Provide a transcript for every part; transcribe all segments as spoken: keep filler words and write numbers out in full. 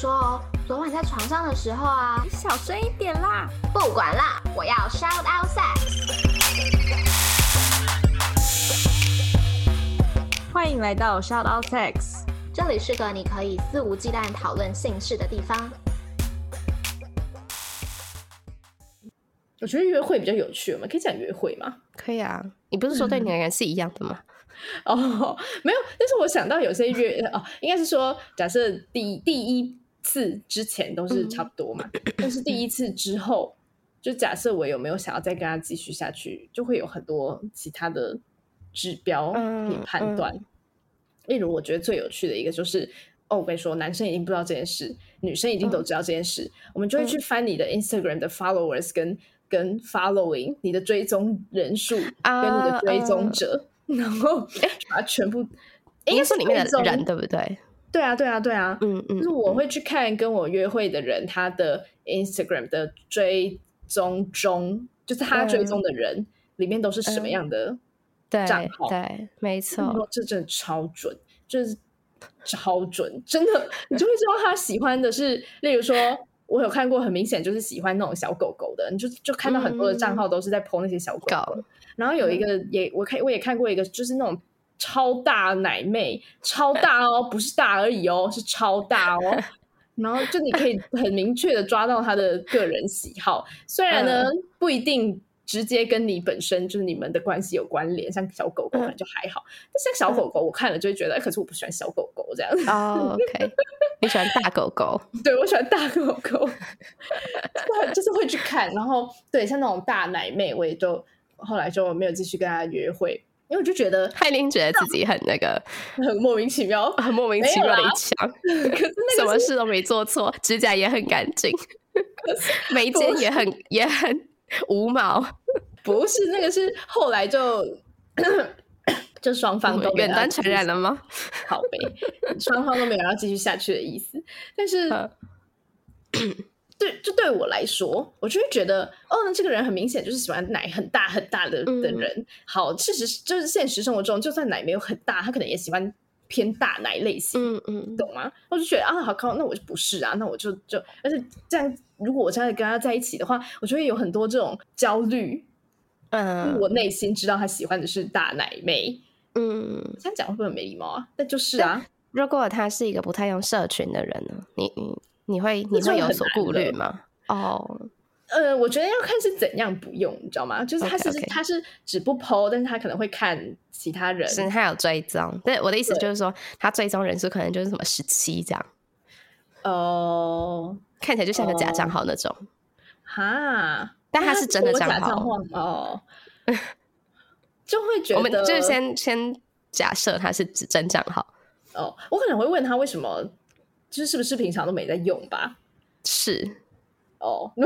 说哦，昨晚在床上的时候啊， 你小声一点啦。 不管啦，我要 shout out sex。 欢迎来到 shout out sex， 这里是个你可以肆无忌惮讨论性事的地方。 我觉得约会比较有趣，我们可以讲约会吗？ 可以啊。你不是说对你的人是一样的吗？ 哦，没有，但是我想到有些约哦，应该是说，假设第第一次之前都是差不多嘛，嗯、但是第一次之后，就假设我有没有想要再跟他继续下去，就会有很多其他的指标可以判断。嗯嗯、例如，我觉得最有趣的一个就是，哦，我跟你说，男生一定不知道这件事，女生一定都知道这件事，嗯、我们就会去翻你的 Instagram 的 followers 跟跟 following 你的追踪人数跟你的追踪者。Uh, uh... 然后把它全部应该是里面的人对不对？ 对啊对啊对啊， 嗯嗯， 就是我会去看跟我约会的人他的 Instagram 的追踪中，就是他追踪的人、嗯、里面都是什么样的账号？ 嗯、对, 对没错， 这真的超准，就是超准，真的，你就会知道他喜欢的是，例如说。我有看过很明显就是喜欢那种小狗狗的，你就就看到很多的账号都是在 po 那些小狗狗、嗯、然后有一个也我看我也看过一个就是那种超大奶妹，超大哦，不是大而已哦，是超大哦然后就你可以很明确的抓到他的个人喜好，虽然呢、嗯、不一定直接跟你本身就是你们的关系有关联，像小狗狗可能就还好、嗯、但像小狗狗我看了就会觉得、欸、可是我不喜欢小狗狗这样哦、oh, OK 你喜欢大狗狗对我喜欢大狗狗就是会去看，然后对像那种大奶妹我也就后来就没有继续跟他约会，因为我就觉得他一定觉得自己很那个很莫名其妙很莫名其妙的一枪可是那个什么事都没做错，指甲也很干净眉间也很也很无毛不是那个是后来就就双方都远端传染了吗？ 好呗，双方都没有要继续下去的意思。但是，对，就对我来说，我就会觉得，哦，那这个人很明显就是喜欢奶很大很大的的人。嗯、好，事实就是现实生活中，就算奶没有很大，他可能也喜欢偏大奶类型。嗯嗯，懂吗？我就觉得啊，好靠，那我就不是啊，那我就就，而且这样，如果我真的跟他在一起的话，我就会有很多这种焦虑。嗯，因为我内心知道他喜欢的是大奶妹。嗯，这样讲会不会很没礼貌啊？但就是啊， 如果他是一个不太用社群的人呢，你你你会你会有所顾虑吗？哦， 呃，我觉得要看是怎样不用，你知道吗？就是他是 okay, okay. 他是只不 po， 但是他可能会看其他人， 是他有追踪。对，我的意思就是说，他追踪人数可能就是什么十七这样。哦、呃，看起来就像个假账号那种。哈、呃，但他是真的账号哦。就会觉得， 我们就是先先假设他是指真账号哦。我可能会问他为什么，就是是不是平常都没在用吧？ 是哦，那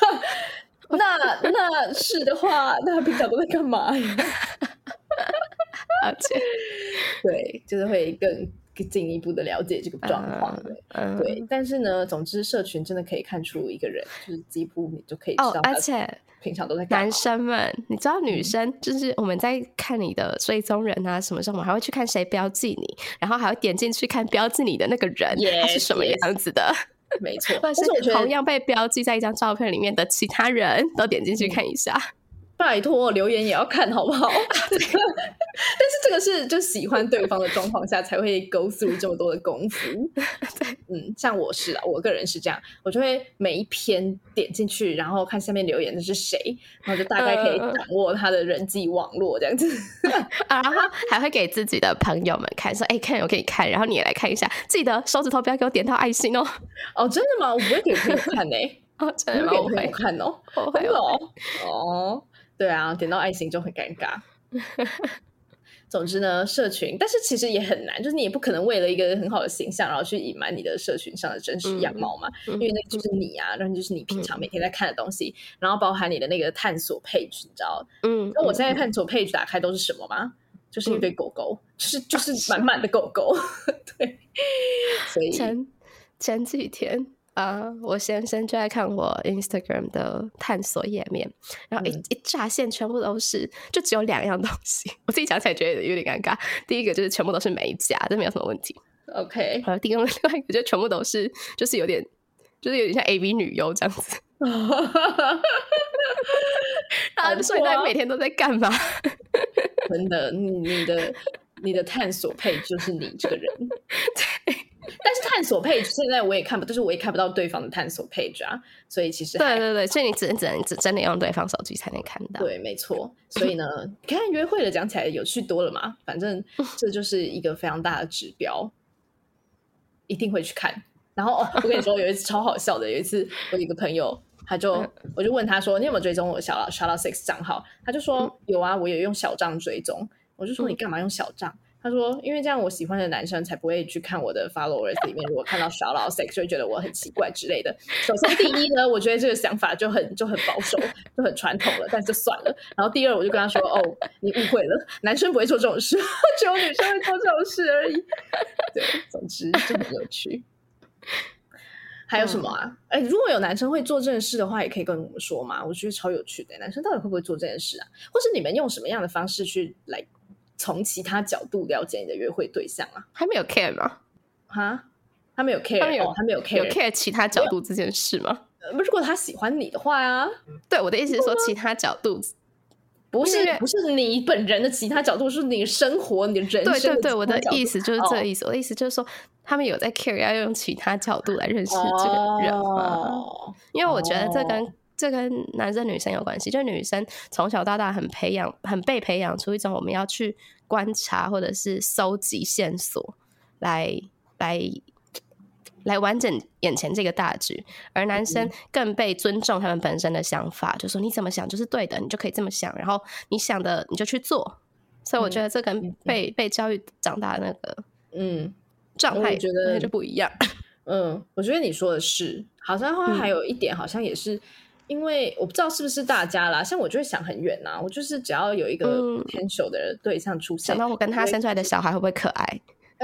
那是的话，那他平常都在干嘛呀？ 而且， 对，就是会更进一步的了解这个状况的。嗯、对，但是呢，总之社群真的可以看出一个人，就是几乎你就可以知道他、 哦，而且。 平常都在干嘛。 男生们，你知道女生就是我们在看你的追踪人啊什么时候，我们还会去看谁标记你，然后还会点进去看标记你的那个人、yes, 他是什么样子的。 Yes. 没错， 或者是同样被标记在一张照片里面的其他人都点进去看一下。嗯、 拜托，留言也要看好不好？但是这个是就喜欢对方的状况下才会 go through 这么多的功夫。嗯，像我是啊，我个人是这样，我就会每一篇点进去，然后看下面留言的是谁，然后就大概可以掌握他的人际网络这样子。 啊、然后还会给自己的朋友们看，说：“哎、欸，看我给你看，然后你也来看一下，记得手指头不要给我点到爱心哦。” 哦，真的吗？我不会给朋友看呢、欸。 哦，真的吗？ 我会看哦， 我会哦。哦，对啊，点到爱心就很尴尬。总之呢，社群，但是其实也很难，就是你也不可能为了一个很好的形象，然后去隐瞒你的社群上的真实样貌嘛，嗯、因为那就是你啊，然后就是你平常每天在看的东西，嗯、然后包含你的那个探索 page， 你知道？嗯，那我现在探索 page 打开都是什么吗？就是一堆狗狗，嗯、就是就是满满的狗狗，对，所以前前几天。啊、uh, 我先生就在看我 Instagram 的探索页面，然后一、嗯、一乍现全部都是，就只有两样东西，我自己讲起来觉得有点尴尬。第一个就是全部都是美甲，这没有什么问题。 OK， 然后另外一个就全部都是就是有点就是有点像 A V 女优这样子。然后所以他每天都在干嘛？ 真的，你你的你的探索配就是你这个人。对，但是探索配现在我也看不，但是我也看不到对方的探索配啊，所以其实对对对，所以你只能只能只真的用对方手机才能看到。 对，没错。所以呢，看约会的讲起来有趣多了嘛，反正这就是一个非常大的指标，一定会去看。然后、哦、我跟你说，有一次超好笑的，有一次我有一个朋友。他就我就问他说你有没有追踪我小小老 six 账号，他就说有啊，我有用小账追踪。我就说你干嘛用小账？他说因为这样我喜欢的男生才不会去看我的 followers 里面如果看到小老 six 就会觉得我很奇怪之类的。首先第一呢，我觉得这个想法就很就很保守就很传统了，但就算了。然后第二我就跟他说哦你误会了，男生不会做这种事，只有女生会做这种事而已。对，总之就很有趣。还有什么啊？哎、嗯，如果有男生会做这件事的话，也可以跟我们说嘛。我觉得超有趣的，男生到底会不会做这件事啊？或是你们用什么样的方式去来从其他角度了解你的约会对象啊？ 他没有 care 吗？ 哈，他没有 care， 他没有、 哦、他没有 care， 有 care 其他角度这件事吗？ 如果他喜欢你的话啊， 对，我的意思是说其他角度。 不是不是你本人的其他角度，是你生活你的人生的。 对对对，我的意思就是这个意思。哦、我的意思就是说，他们有在 care 要用其他角度来认识这个人吗？哦、因为我觉得这跟、哦、这跟男生女生有关系。就女生从小到大很培养，很被培养出一种我们要去观察或者是搜集线索来来。来完整眼前这个大局，而男生更被尊重他们本身的想法，就说你怎么想就是对的，你就可以这么想，然后你想的你就去做。所以我觉得这跟被、嗯、被教育长大的那个嗯状态觉得就不一样。 嗯，我觉得你说的是，好像还有一点，好像也是、嗯、因为我不知道是不是大家啦，像我就会想很远啊，我就是只要有一个 potential 的对象出现， 想到我跟他生出来的小孩会不会可爱。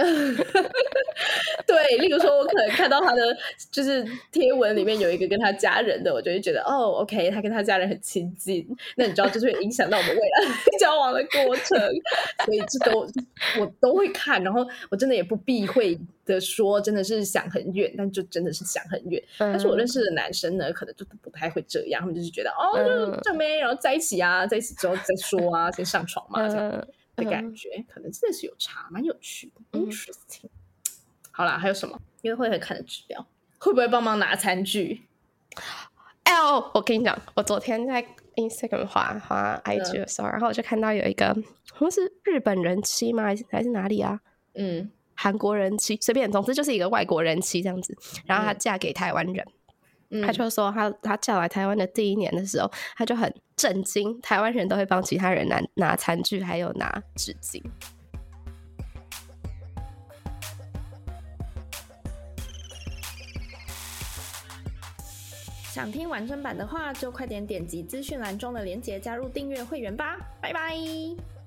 对，例如说我可能看到他的就是贴文里面有一个跟他家人的，我就会觉得哦 OK 他跟他家人很亲近，那你知道就是会影响到我们未来交往的过程，所以这都我都会看，然后我真的也不避讳的说真的是想很远，但就真的是想很远、嗯、但是我认识的男生呢可能就不太会这样，他们就是觉得哦就这没然后在一起啊，在一起之后再说啊先上床嘛这样的感觉、嗯、可能真的是有差，蛮有趣的、嗯、interesting。好啦，还有什么约会会看的指标？会不会帮忙拿餐具？ 哎呦，我跟你讲，我昨天在 Instagram 滑滑 I G 的时候、嗯，然后我就看到有一个好像是日本人妻吗？还是还是哪里啊？嗯，韩国人妻，随便，总之就是一个外国人妻这样子。然后她嫁给台湾人，嗯、她就说她她嫁来台湾的第一年的时候，她就很震惊，台湾人都会帮其他人拿拿餐具，还有拿纸巾。 想听完整版的话，就快点点击资讯栏中的连结加入订阅会员吧，拜拜。